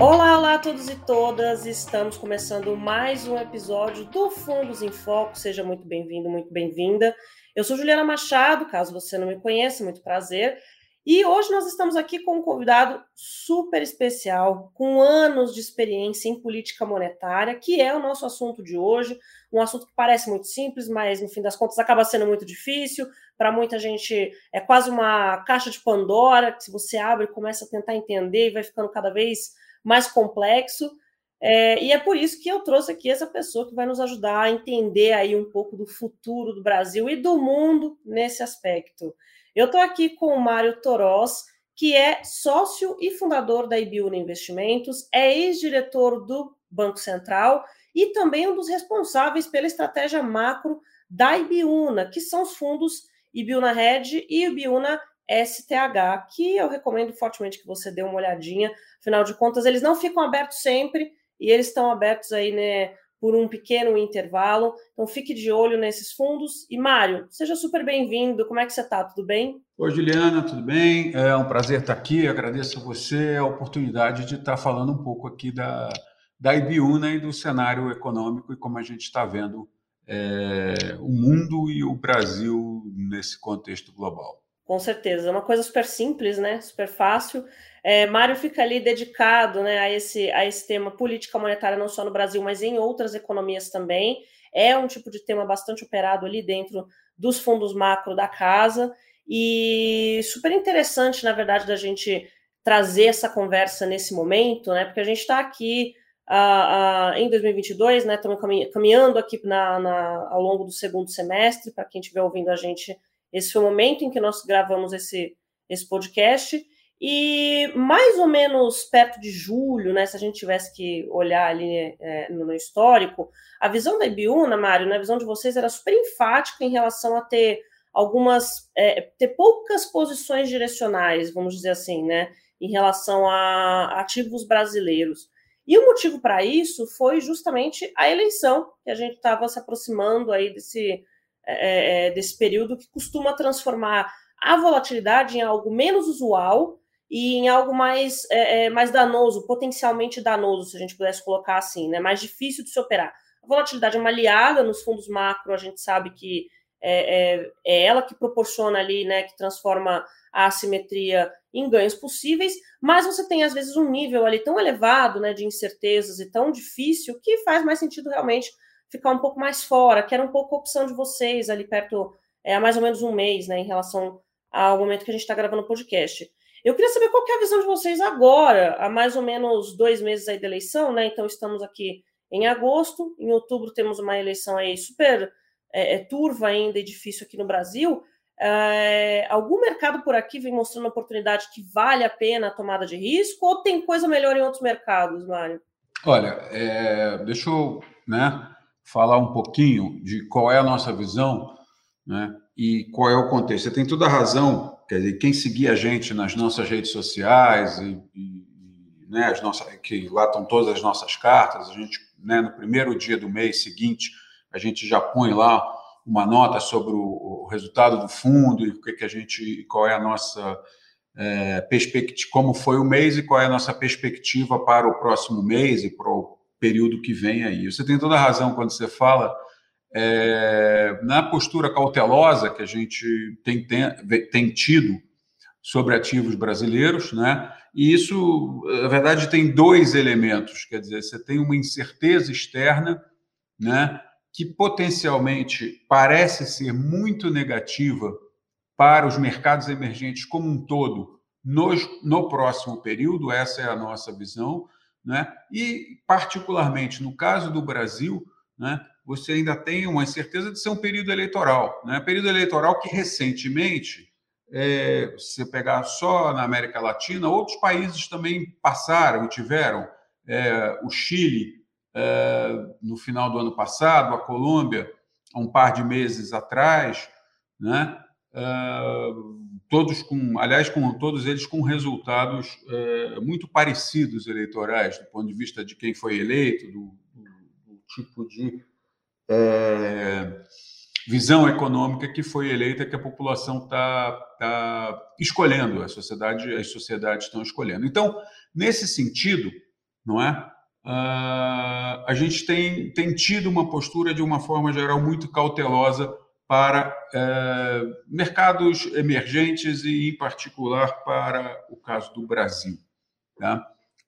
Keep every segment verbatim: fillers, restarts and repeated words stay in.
Olá, olá a todos e todas, estamos começando mais um episódio do Fundos em Foco, seja muito bem-vindo, muito bem-vinda. Eu sou Juliana Machado, caso você não me conheça, muito prazer. E hoje nós estamos aqui com um convidado super especial, com anos de experiência em política monetária, que é o nosso assunto de hoje, um assunto que parece muito simples, mas no fim das contas acaba sendo muito difícil. Para muita gente é quase uma caixa de Pandora, que se você abre, começa a tentar entender e vai ficando cada vez mais complexo, é, e é por isso que eu trouxe aqui essa pessoa que vai nos ajudar a entender aí um pouco do futuro do Brasil e do mundo nesse aspecto. Eu estou aqui com o Mário Toroz, que é sócio e fundador da Ibiúna Investimentos, é ex-diretor do Banco Central e também um dos responsáveis pela estratégia macro da Ibiúna, que são os fundos Ibiúna Red e Ibiúna S T H, que eu recomendo fortemente que você dê uma olhadinha. Afinal de contas, eles não ficam abertos sempre e eles estão abertos aí, né, por um pequeno intervalo. Então, fique de olho nesses fundos. E, Mário, seja super bem-vindo. Como é que você está? Tudo bem? Oi, Juliana, tudo bem? É um prazer estar aqui. Agradeço a você a oportunidade de estar falando um pouco aqui da, da Ibiúna e do cenário econômico e como a gente está vendo é, o mundo e o Brasil nesse contexto global. Com certeza, é uma coisa super simples, né? Super fácil. É, Mário fica ali dedicado, né, a esse, a esse tema política monetária, não só no Brasil, mas em outras economias também. É um tipo de tema bastante operado ali dentro dos fundos macro da casa. E super interessante, na verdade, da gente trazer essa conversa nesse momento, né? Porque a gente está aqui uh, uh, em dois mil e vinte e dois, né? Estamos caminhando aqui na, na, ao longo do segundo semestre, para quem estiver ouvindo a gente. Esse foi o momento em que nós gravamos esse, esse podcast, e mais ou menos perto de julho, né, se a gente tivesse que olhar ali é, no, no histórico, a visão da Ibiúna, Mário, né, a visão de vocês era super enfática em relação a ter algumas, é, ter poucas posições direcionais, vamos dizer assim, né, em relação a ativos brasileiros. E o motivo para isso foi justamente a eleição, que a gente estava se aproximando aí desse... É, desse período que costuma transformar a volatilidade em algo menos usual e em algo mais, é, mais danoso, potencialmente danoso, se a gente pudesse colocar assim, né? Mais difícil de se operar. A volatilidade é uma aliada nos fundos macro, a gente sabe que é, é, é ela que proporciona ali, né, que transforma a assimetria em ganhos possíveis, mas você tem, às vezes, um nível ali tão elevado, né, de incertezas e tão difícil que faz mais sentido realmente ficar um pouco mais fora, que era um pouco a opção de vocês ali perto, é, há mais ou menos um mês, né, em relação ao momento que a gente está gravando o podcast. Eu queria saber qual que é a visão de vocês agora, há mais ou menos dois meses aí da eleição, né, então estamos aqui em agosto, em outubro temos uma eleição aí super é, é, turva ainda e difícil aqui no Brasil. É, algum mercado por aqui vem mostrando uma oportunidade que vale a pena a tomada de risco, ou tem coisa melhor em outros mercados, Mário? Olha, é, deixa eu, né, falar um pouquinho de qual é a nossa visão, né, e qual é o contexto. Você tem toda a razão, quer dizer, quem seguir a gente nas nossas redes sociais, e, e, né, as nossas, que lá estão todas as nossas cartas, a gente, né, no primeiro dia do mês seguinte, a gente já põe lá uma nota sobre o, o resultado do fundo e o que, que a gente, qual é a nossa é, perspectiva, como foi o mês e qual é a nossa perspectiva para o próximo mês e para o período que vem aí. Você tem toda a razão quando você fala é, na postura cautelosa que a gente tem, tem, tem tido sobre ativos brasileiros, né? E isso, na verdade, tem dois elementos, quer dizer, você tem uma incerteza externa, né, que potencialmente parece ser muito negativa para os mercados emergentes como um todo no, no próximo período, essa é a nossa visão, né? E, particularmente, no caso do Brasil, né, você ainda tem uma incerteza de ser um período eleitoral, né? Período eleitoral que, recentemente, é, se você pegar só na América Latina, outros países também passaram e tiveram. É, o Chile, é, no final do ano passado, a Colômbia, há um par de meses atrás, né? Uh, todos com, aliás, com todos eles com resultados uh, muito parecidos eleitorais, do ponto de vista de quem foi eleito, do, do, do tipo de uh, visão econômica que foi eleita, que a população está tá escolhendo, a sociedade, as sociedades estão escolhendo. Então, nesse sentido, não é? Uh, a gente tem, tem tido uma postura, de uma forma geral, muito cautelosa para uh, mercados emergentes e, em particular, para o caso do Brasil. Tá?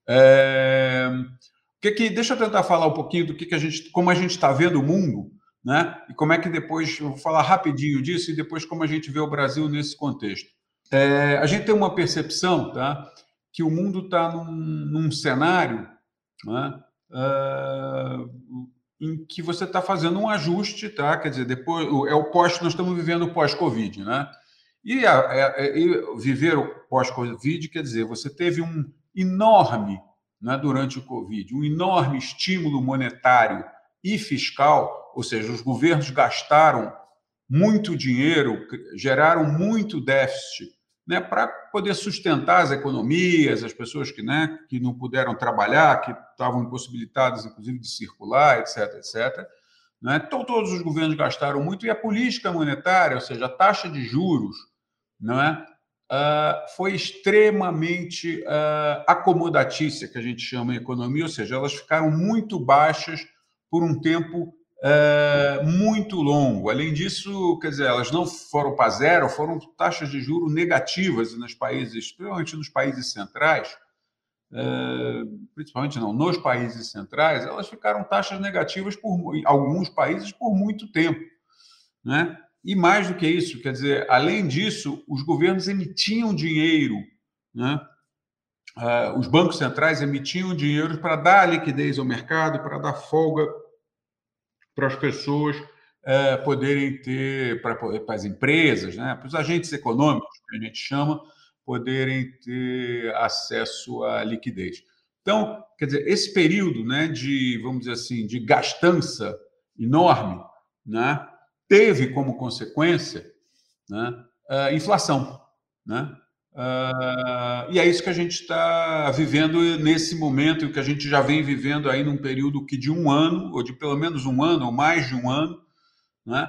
É, que que, deixa eu tentar falar um pouquinho do que, que a gente, como a gente está vendo o mundo, né? E como é que depois, eu vou falar rapidinho disso, e depois como a gente vê o Brasil nesse contexto. É, a gente tem uma percepção, tá, que o mundo está num, num cenário, né, uh, em que você está fazendo um ajuste, tá? Quer dizer, depois é o pós, nós estamos vivendo o pós-Covid, né? E, a, a, e viver o pós-Covid quer dizer, você teve um enorme, né, durante o Covid, um enorme estímulo monetário e fiscal, ou seja, os governos gastaram muito dinheiro, geraram muito déficit, né, para poder sustentar as economias, as pessoas que, né, que não puderam trabalhar, que estavam impossibilitadas, inclusive, de circular, etc, etcétera. Né? Então, todos os governos gastaram muito, e a política monetária, ou seja, a taxa de juros, não é? Uh, foi extremamente uh, acomodatícia, que a gente chama em economia, ou seja, elas ficaram muito baixas por um tempo uh, muito longo. Além disso, quer dizer, elas não foram para zero, foram taxas de juros negativas nos países, principalmente nos países centrais, uh, principalmente não, nos países centrais, elas ficaram taxas negativas por em alguns países por muito tempo, né? E mais do que isso, quer dizer, além disso, os governos emitiam dinheiro, né? Uh, os bancos centrais emitiam dinheiro para dar liquidez ao mercado, para dar folga para as pessoas uh, poderem ter, para, para as empresas, né? Para os agentes econômicos, que a gente chama, poderem ter acesso à liquidez. Então, quer dizer, esse período, né, de, vamos dizer assim, de gastança enorme, né, teve como consequência, né, a inflação, né? Uh, e é isso que a gente está vivendo nesse momento, e que a gente já vem vivendo aí num período que de um ano, ou de pelo menos um ano, ou mais de um ano, né?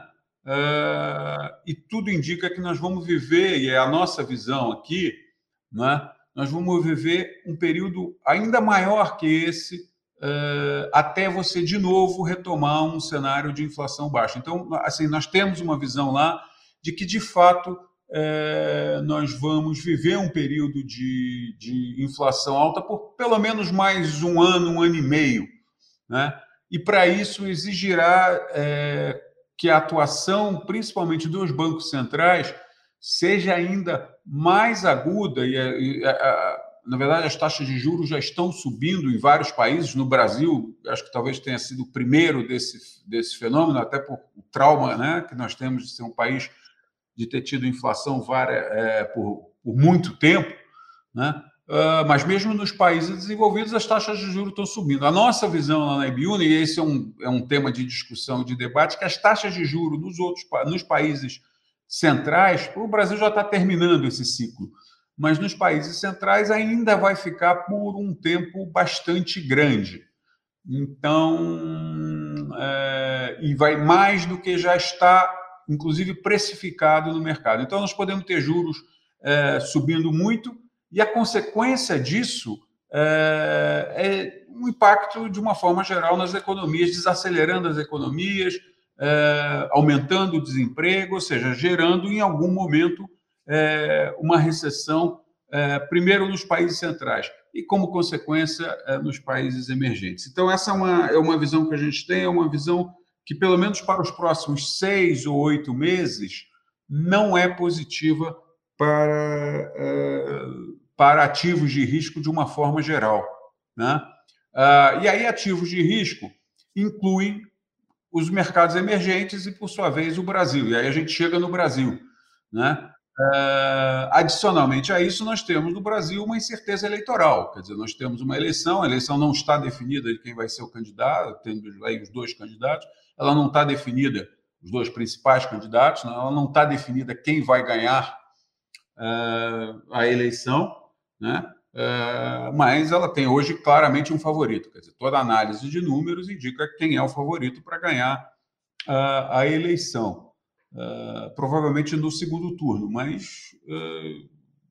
Uh, e tudo indica que nós vamos viver, e é a nossa visão aqui, né? Nós vamos viver um período ainda maior que esse, Uh, até você, de novo, retomar um cenário de inflação baixa. Então, assim, nós temos uma visão lá de que, de fato, uh, nós vamos viver um período de, de inflação alta por pelo menos mais um ano, um ano e meio, né? E, para isso, exigirá uh, que a atuação, principalmente dos bancos centrais, seja ainda mais aguda e, e a, na verdade, as taxas de juros já estão subindo em vários países. No Brasil, acho que talvez tenha sido o primeiro desse, desse fenômeno, até por o trauma, né, que nós temos de ser um país de ter tido inflação várias, é, por, por muito tempo, né? Uh, mas mesmo nos países desenvolvidos, as taxas de juros estão subindo. A nossa visão lá na Ibiúna, e esse é um, é um tema de discussão, de debate, que as taxas de juros nos outros nos países centrais, o Brasil já está terminando esse ciclo, mas nos países centrais ainda vai ficar por um tempo bastante grande. Então, é, e vai mais do que já está, inclusive, precificado no mercado. Então, nós podemos ter juros é, subindo muito, e a consequência disso é, é um impacto, de uma forma geral, nas economias, desacelerando as economias, é, aumentando o desemprego, ou seja, gerando, em algum momento, é, uma recessão, é, primeiro nos países centrais e, como consequência, é, nos países emergentes. Então, essa é uma, é uma visão que a gente tem, é uma visão que, pelo menos para os próximos seis ou oito meses, não é positiva para, é, para ativos de risco de uma forma geral, né? Ah, e aí, ativos de risco incluem os mercados emergentes e, por sua vez, o Brasil. E aí a gente chega no Brasil, né? Uh, adicionalmente a isso, nós temos no Brasil uma incerteza eleitoral. Quer dizer, nós temos uma eleição, a eleição não está definida de quem vai ser o candidato, temos aí os dois candidatos, ela não está definida, os dois principais candidatos, ela não está definida quem vai ganhar uh, a eleição, né? Uh, mas ela tem hoje claramente um favorito. Quer dizer, toda análise de números indica quem é o favorito para ganhar uh, a eleição. Uh, provavelmente no segundo turno, mas uh,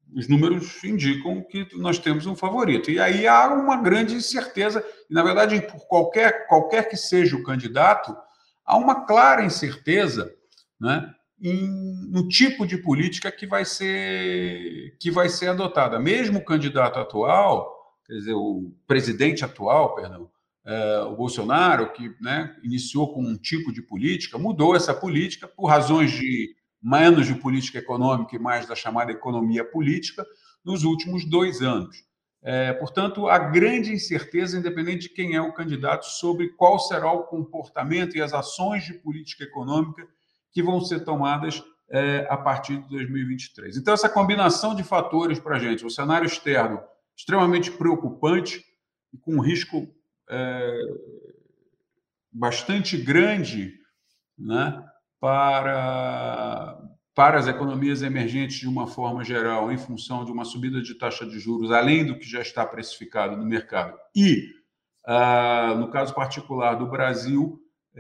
os números indicam que nós temos um favorito. E aí há uma grande incerteza, e, na verdade, por qualquer, qualquer que seja o candidato, há uma clara incerteza, né, em, no tipo de política que vai ser, que vai ser adotada. Mesmo o candidato atual, quer dizer, o presidente atual, perdão, é, o Bolsonaro, que, né, iniciou com um tipo de política, mudou essa política por razões de menos de política econômica e mais da chamada economia política nos últimos dois anos. É, portanto, há grande incerteza, independente de quem é o candidato, sobre qual será o comportamento e as ações de política econômica que vão ser tomadas é, a partir de dois mil e vinte e três. Então, essa combinação de fatores para a gente, o cenário externo extremamente preocupante e com um risco é, bastante grande, né, para, para as economias emergentes de uma forma geral, em função de uma subida de taxa de juros, além do que já está precificado no mercado. E, ah, no caso particular do Brasil,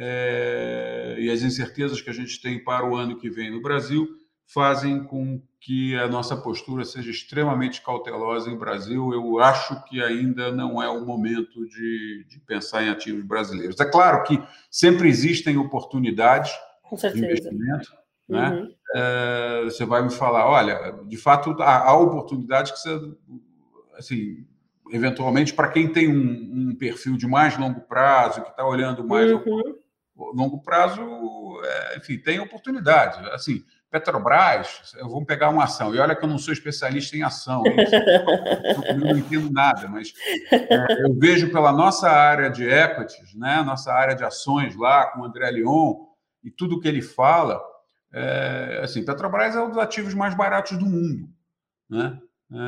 é, e as incertezas que a gente tem para o ano que vem no Brasil, fazem com que a nossa postura seja extremamente cautelosa em Brasil. Eu acho que ainda não é o momento de, de pensar em ativos brasileiros. É claro que sempre existem oportunidades de investimento, né? Uhum. É, você vai me falar, olha, de fato, há, há oportunidades que você, assim, eventualmente, para quem tem um, um perfil de mais longo prazo, que está olhando mais uhum. ao longo prazo, é, enfim, tem oportunidades. Assim, Petrobras, eu vou pegar uma ação, e olha que eu não sou especialista em ação, eu não entendo nada, mas é, eu vejo pela nossa área de equities, né, nossa área de ações lá, com o André Leon, e tudo que ele fala, é, assim, Petrobras é um dos ativos mais baratos do mundo, né? É,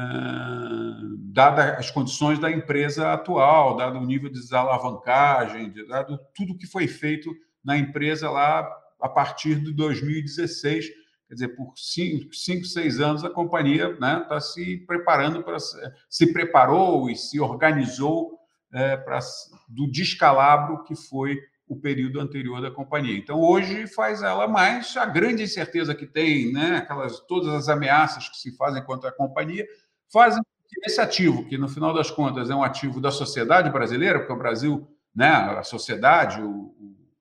dada as condições da empresa atual, dado o nível de desalavancagem, dado tudo que foi feito na empresa lá a partir de dois mil e dezesseis. Quer dizer, por cinco, cinco seis anos, a companhia está, né, se preparando para... Se preparou e se organizou é, para, do descalabro que foi o período anterior da companhia. Então, hoje, faz ela mais a grande incerteza que tem, né, aquelas, todas as ameaças que se fazem contra a companhia, fazem que esse ativo, que, no final das contas, é um ativo da sociedade brasileira, porque o Brasil, né, a sociedade o,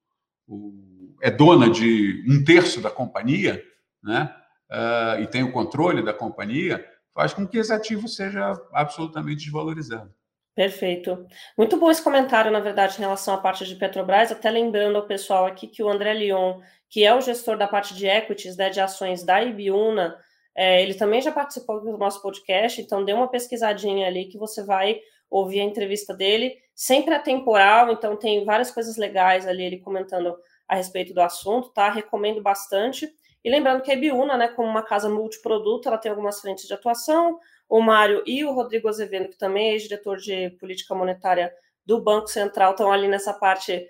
o, é dona de um terço da companhia, né, uh, e tem o controle da companhia, faz com que esse ativo seja absolutamente desvalorizado. Perfeito. Muito bom esse comentário, na verdade, em relação à parte de Petrobras, até lembrando ao pessoal aqui que o André Leon, que é o gestor da parte de equities, né, de ações da Ibiúna, é, ele também já participou do nosso podcast, então dê uma pesquisadinha ali que você vai ouvir a entrevista dele, sempre atemporal, então tem várias coisas legais ali, ele comentando a respeito do assunto, tá? Recomendo bastante. E lembrando que a Ibiúna, né, como uma casa multiproduto, ela tem algumas frentes de atuação. O Mário e o Rodrigo Azevedo, que também é ex-diretor de política monetária do Banco Central, estão ali nessa parte,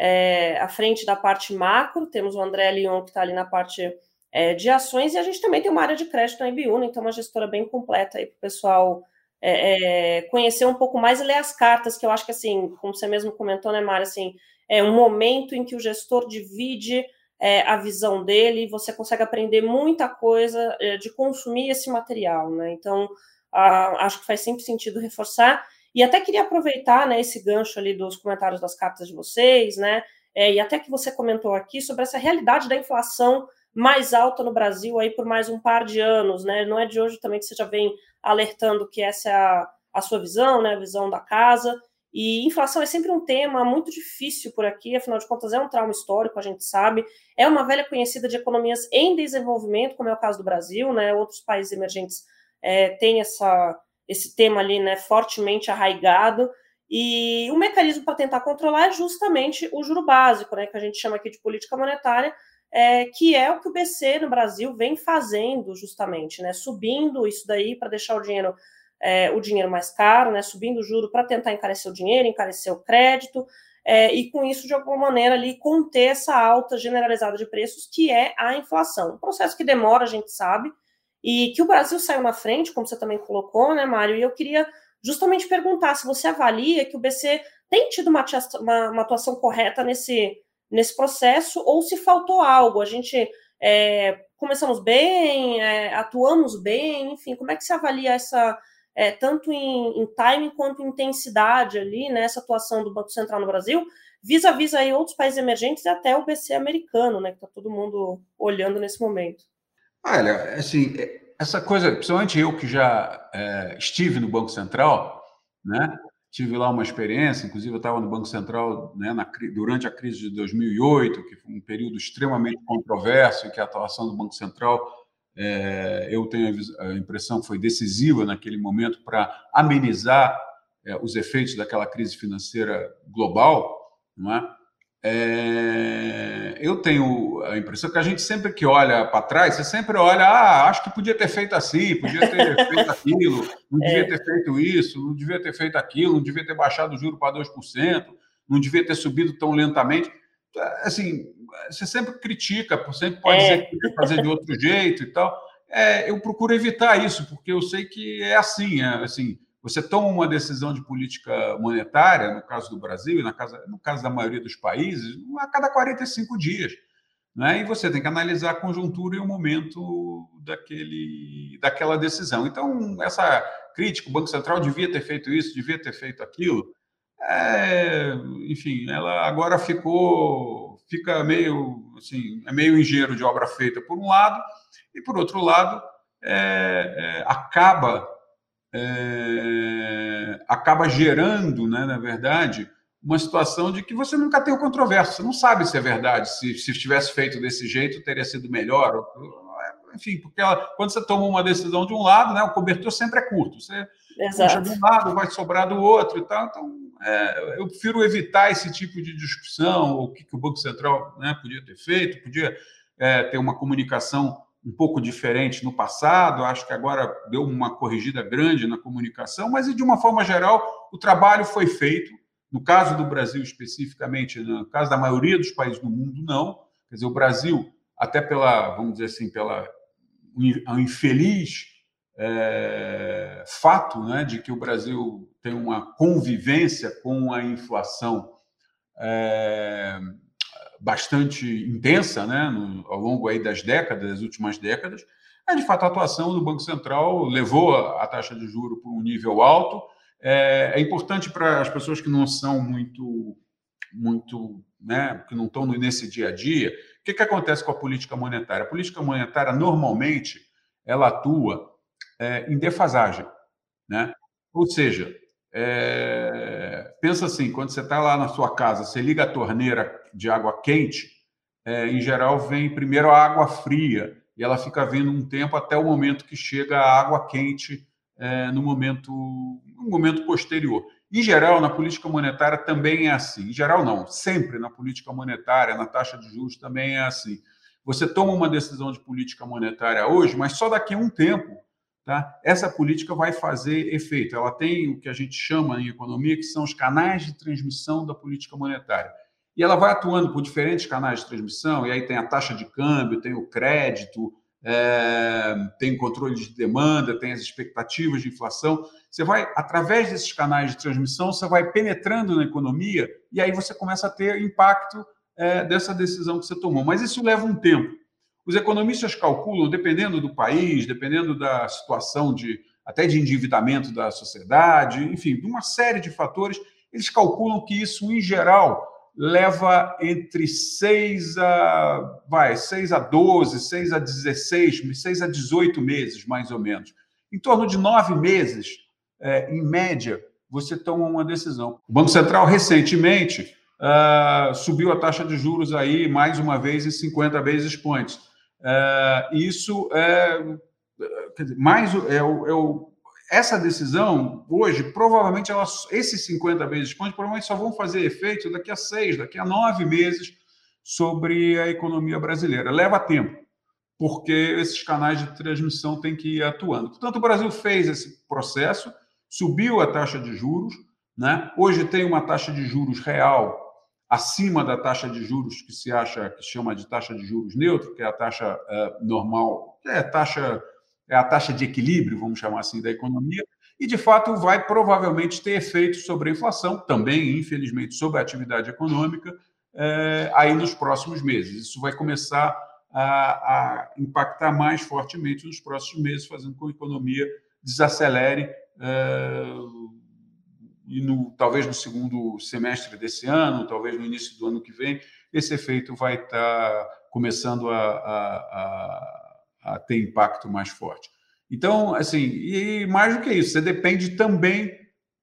é, à frente da parte macro. Temos o André Leon, que está ali na parte é, de ações, e a gente também tem uma área de crédito na Ibiúna, então uma gestora bem completa aí para o pessoal é, é, conhecer um pouco mais e ler as cartas, que eu acho que, assim, como você mesmo comentou, né, Mário, assim, é um momento em que o gestor divide É, a visão dele, e você consegue aprender muita coisa é, de consumir esse material, né? Então, a, acho que faz sempre sentido reforçar. E até queria aproveitar, né, esse gancho ali dos comentários das cartas de vocês, né? É, e até que você comentou aqui sobre essa realidade da inflação mais alta no Brasil aí por mais um par de anos, né? Não é de hoje também que você já vem alertando que essa é a, a sua visão, né? A visão da casa. E inflação é sempre um tema muito difícil por aqui, afinal de contas é um trauma histórico, a gente sabe, é uma velha conhecida de economias em desenvolvimento, como é o caso do Brasil, né? Outros países emergentes é, têm essa, esse tema ali, né, fortemente arraigado, e o mecanismo para tentar controlar é justamente o juro básico, né, que a gente chama aqui de política monetária, é, que é o que o B C no Brasil vem fazendo justamente, né, subindo isso daí para deixar o dinheiro É, o dinheiro mais caro, né, subindo o juro para tentar encarecer o dinheiro, encarecer o crédito, é, e com isso, de alguma maneira, ali, conter essa alta generalizada de preços, que é a inflação. Um processo que demora, a gente sabe, e que o Brasil saiu na frente, como você também colocou, né, Mário, e eu queria justamente perguntar se você avalia que o B C tem tido uma, uma, uma atuação correta nesse, nesse processo, ou se faltou algo. A gente... É, começamos bem, é, atuamos bem, enfim, como é que se avalia essa, é, tanto em, em time quanto em intensidade ali, né, essa atuação do Banco Central no Brasil, vis-a-vis aí outros países emergentes e até o B C americano, né, que está todo mundo olhando nesse momento? Olha, assim, essa coisa, principalmente eu que já é, estive no Banco Central, né? Tive lá uma experiência, inclusive eu estava no Banco Central, né, na, durante a crise de dois mil e oito, que foi um período extremamente controverso, e que a atuação do Banco Central, é, eu tenho a impressão que foi decisiva naquele momento para amenizar é, os efeitos daquela crise financeira global, não é? É, eu tenho a impressão que a gente sempre que olha para trás, você sempre olha, ah, acho que podia ter feito assim, podia ter feito aquilo, não devia É. ter feito isso, não devia ter feito aquilo, não devia ter baixado o juro para dois por cento, não devia ter subido tão lentamente. Assim, você sempre critica, sempre pode É. dizer que podia fazer de outro jeito e tal. É, eu procuro evitar isso, porque eu sei que é assim, é assim. Você toma uma decisão de política monetária, no caso do Brasil e na casa, no caso da maioria dos países, a cada quarenta e cinco dias. Né? E você tem que analisar a conjuntura e o momento daquele, daquela decisão. Então, essa crítica, o Banco Central devia ter feito isso, devia ter feito aquilo, é, enfim, ela agora ficou, fica meio, assim, é meio engenheiro de obra feita por um lado, e por outro lado, é, é, acaba É, acaba gerando, né, na verdade, uma situação de que você nunca tem o controverso, você não sabe se é verdade, se, se tivesse feito desse jeito teria sido melhor, enfim, porque ela, quando você toma uma decisão de um lado, né, o cobertor sempre é curto, você puxa de um lado, vai sobrar do outro e tal, então é, eu prefiro evitar esse tipo de discussão, o que, que o Banco Central, né, podia ter feito, podia é, ter uma comunicação um pouco diferente no passado, acho que agora deu uma corrigida grande na comunicação, mas, de uma forma geral, o trabalho foi feito. No caso do Brasil, especificamente, no caso da maioria dos países do mundo, não. Quer dizer, o Brasil, até pela, vamos dizer assim, pela um infeliz é, fato, né, de que o Brasil tem uma convivência com a inflação é, bastante intensa, né, no, ao longo aí das décadas, das últimas décadas, é, de fato, a atuação do Banco Central levou a taxa de juros para um nível alto. É, é importante para as pessoas que não são muito, muito, né, que não estão nesse dia a dia, o que, que acontece com a política monetária? A política monetária, normalmente, ela atua é, em defasagem, né? Ou seja, é, pensa assim, quando você está lá na sua casa, você liga a torneira de água quente, é, em geral vem primeiro a água fria, e ela fica vindo um tempo até o momento que chega a água quente é, no, momento, no momento posterior. Em geral, na política monetária também é assim. Em geral, não. Sempre na política monetária, na taxa de juros, também é assim. Você toma uma decisão de política monetária hoje, mas só daqui a um tempo, tá? Essa política vai fazer efeito. Ela tem o que a gente chama em economia, que são os canais de transmissão da política monetária. E ela vai atuando por diferentes canais de transmissão, e aí tem a taxa de câmbio, tem o crédito, é, tem o controle de demanda, tem as expectativas de inflação. Você vai, através desses canais de transmissão, você vai penetrando na economia, e aí você começa a ter impacto é, dessa decisão que você tomou. Mas isso leva um tempo. Os economistas calculam, dependendo do país, dependendo da situação de até de endividamento da sociedade, enfim, de uma série de fatores, eles calculam que isso, em geral, leva entre seis a, vai, seis a doze, seis a dezesseis, seis a dezoito meses, mais ou menos. Em torno de nove meses, é, em média, você toma uma decisão. O Banco Central, recentemente, uh, subiu a taxa de juros aí, mais uma vez, em cinquenta basis points. Uh, isso é, quer dizer, mais é o, é o essa decisão, hoje, provavelmente, ela, esses cinquenta basis points provavelmente só vão fazer efeito daqui a seis, daqui a nove meses sobre a economia brasileira. Leva tempo, porque esses canais de transmissão têm que ir atuando. Portanto, o Brasil fez esse processo, subiu a taxa de juros, né? Hoje tem uma taxa de juros real acima da taxa de juros que se acha, que se chama de taxa de juros neutro, que é a taxa uh, normal, é a taxa... é a taxa de equilíbrio, vamos chamar assim, da economia, e, de fato, vai provavelmente ter efeito sobre a inflação, também, infelizmente, sobre a atividade econômica, é, aí nos próximos meses. Isso vai começar a, a impactar mais fortemente nos próximos meses, fazendo com que a economia desacelere é, e no, talvez no segundo semestre desse ano, talvez no início do ano que vem, esse efeito vai estar começando a, a, a, a ter impacto mais forte. Então, assim, e mais do que isso, você depende também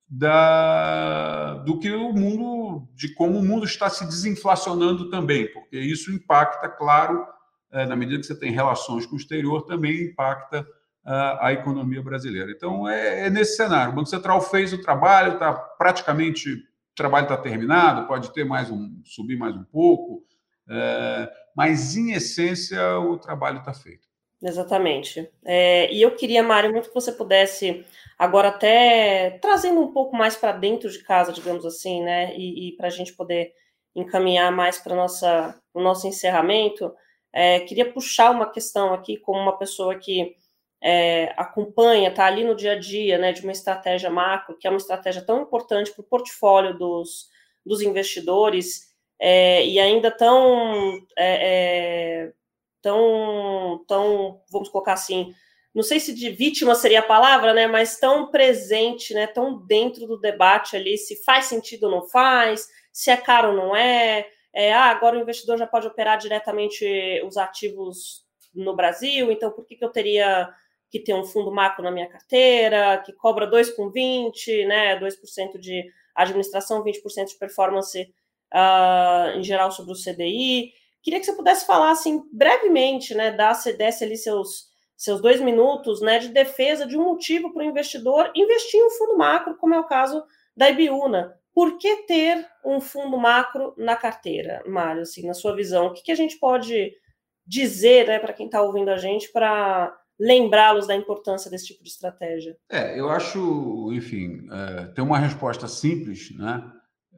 da, do que o mundo, de como o mundo está se desinflacionando também, porque isso impacta, claro, na medida que você tem relações com o exterior, também impacta a, a economia brasileira. Então, é, é nesse cenário. O Banco Central fez o trabalho, está praticamente, o trabalho está terminado, pode ter mais um, subir mais um pouco, é, mas, em essência, o trabalho está feito. Exatamente. É, e eu queria, Mário, muito que você pudesse, agora até trazendo um pouco mais para dentro de casa, digamos assim, né, e, e para a gente poder encaminhar mais para o nosso encerramento, é, queria puxar uma questão aqui como uma pessoa que é, acompanha, está ali no dia a dia, né, de uma estratégia macro, que é uma estratégia tão importante para o portfólio dos, dos investidores, é, e ainda tão... É, é, tão, tão, vamos colocar assim, não sei se de vítima seria a palavra, né, mas tão presente, né, tão dentro do debate ali, se faz sentido ou não faz, se é caro ou não é, é ah, agora o investidor já pode operar diretamente os ativos no Brasil, então por que, que eu teria que ter um fundo macro na minha carteira, que cobra dois vírgula vinte, né, dois por cento de administração, vinte por cento de performance uh, em geral sobre o C D I. Queria que você pudesse falar, assim, brevemente, né, desse ali seus, seus dois minutos, né, de defesa de um motivo para o investidor investir em um fundo macro, como é o caso da Ibiúna. Por que ter um fundo macro na carteira, Mário, assim, na sua visão? O que, que a gente pode dizer, né, para quem está ouvindo a gente, para lembrá-los da importância desse tipo de estratégia? É, eu acho, enfim, é, tem uma resposta simples, né?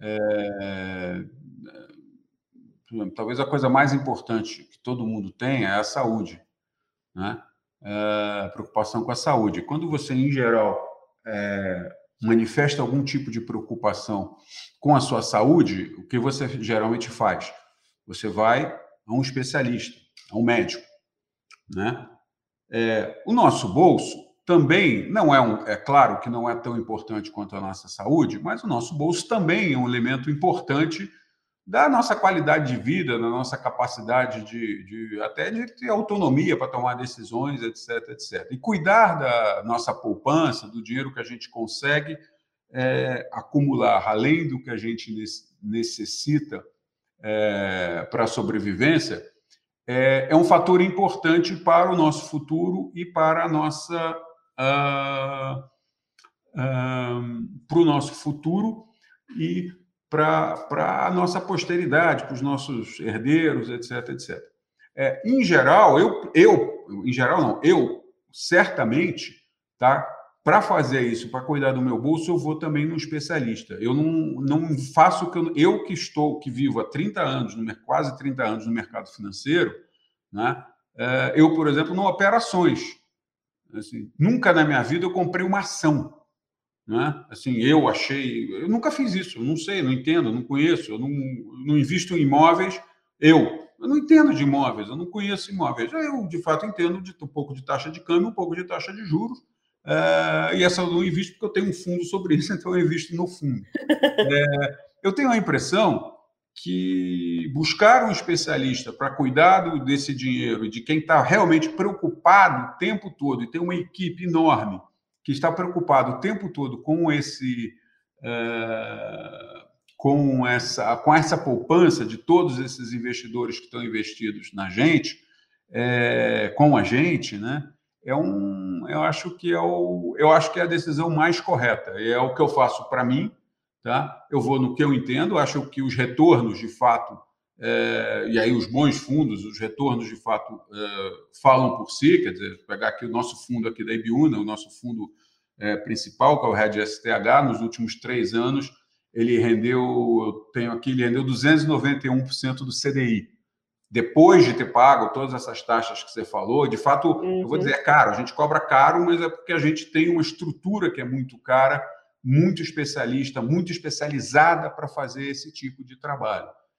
É, talvez a coisa mais importante que todo mundo tem é a saúde, né? É, preocupação com a saúde. Quando você, em geral, é, manifesta algum tipo de preocupação com a sua saúde, o que você geralmente faz? Você vai a um especialista, a um médico, né? É, o nosso bolso também não é um, é claro que não é tão importante quanto a nossa saúde, mas o nosso bolso também é um elemento importante da nossa qualidade de vida, da nossa capacidade de, de até de ter autonomia para tomar decisões, etc, etcétera. E cuidar da nossa poupança, do dinheiro que a gente consegue é, acumular, além do que a gente necessita é, para a sobrevivência, é, é um fator importante para o nosso futuro e para a nossa uh, uh, para o nosso futuro e para a nossa posteridade, para os nossos herdeiros, etc, etcétera. É, em geral, eu, eu, em geral não, eu certamente, tá? Para fazer isso, para cuidar do meu bolso, eu vou também num especialista. Eu não, não faço o que eu, eu que estou, que vivo há trinta anos, no, quase trinta anos no mercado financeiro, né? É, eu, por exemplo, não opero ações. Assim, nunca na minha vida eu comprei uma ação. Né? Assim, eu achei, eu nunca fiz isso, eu não sei, não entendo, não conheço, eu não, não invisto em imóveis, eu, eu não entendo de imóveis, eu não conheço imóveis, eu de fato entendo de um pouco de taxa de câmbio, um pouco de taxa de juros, uh, e essa eu não invisto porque eu tenho um fundo sobre isso, então eu invisto no fundo. É, eu tenho a impressão que buscar um especialista para cuidar desse dinheiro e de quem está realmente preocupado o tempo todo e tem uma equipe enorme que está preocupado o tempo todo com esse uh, com essa com essa poupança de todos esses investidores que estão investidos na gente, é, com a gente, né? É um, eu acho que é o, eu acho que é a decisão mais correta. É o que eu faço para mim, tá? Eu vou no que eu entendo. Acho que os retornos de fato É, e aí os bons fundos, os retornos de fato é, falam por si, quer dizer, pegar aqui o nosso fundo aqui da Ibiúna, o nosso fundo é, principal, que é o R E D S T H, nos últimos três anos, ele rendeu, eu tenho aqui, ele rendeu duzentos e noventa e um por cento do C D I. Depois de ter pago todas essas taxas que você falou, de fato, uhum. eu vou dizer, é caro, a gente cobra caro, mas é porque a gente tem uma estrutura que é muito cara, muito especialista, muito especializada para fazer esse tipo de trabalho.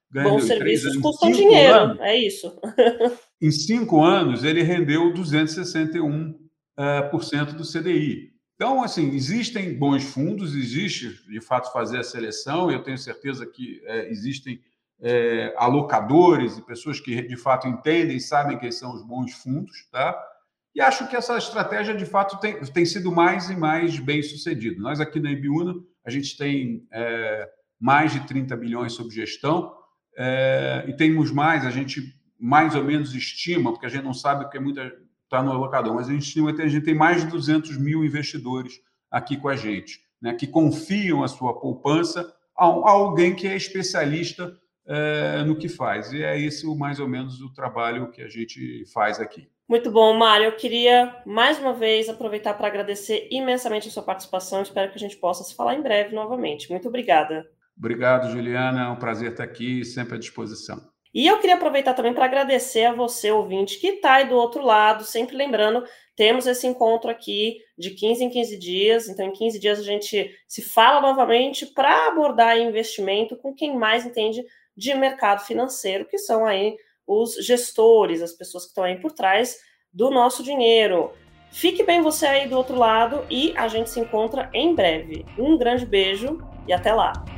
ganhando Bons em três serviços anos, custam cinco dinheiro, anos, é isso. em cinco anos, ele rendeu duzentos e sessenta e um por cento do C D I. Então, assim, existem bons fundos, existe, de fato, fazer a seleção, e eu tenho certeza que é, existem é, alocadores e pessoas que, de fato, entendem, sabem quem são os bons fundos, tá? E acho que essa estratégia, de fato, tem, tem sido mais e mais bem sucedida. Nós, aqui na Ibiúna, a gente tem é, mais de trinta bilhões sob gestão, é, e temos mais, a gente mais ou menos estima, porque a gente não sabe porque muita está no alocador, mas a gente estima que a gente tem mais de duzentos mil investidores aqui com a gente, né, que confiam a sua poupança a, a alguém que é especialista é, no que faz. E é esse mais ou menos o trabalho que a gente faz aqui. Muito bom, Mário. Eu queria, mais uma vez, aproveitar para agradecer imensamente a sua participação. Espero que a gente possa se falar em breve novamente. Muito obrigada. Obrigado, Juliana. É um prazer estar aqui, sempre à disposição. E eu queria aproveitar também para agradecer a você, ouvinte, que está aí do outro lado. Sempre lembrando, temos esse encontro aqui de quinze em quinze dias. Então, em quinze dias, a gente se fala novamente para abordar investimento com quem mais entende de mercado financeiro, que são aí os gestores, as pessoas que estão aí por trás do nosso dinheiro. Fique bem você aí do outro lado e a gente se encontra em breve. Um grande beijo e até lá!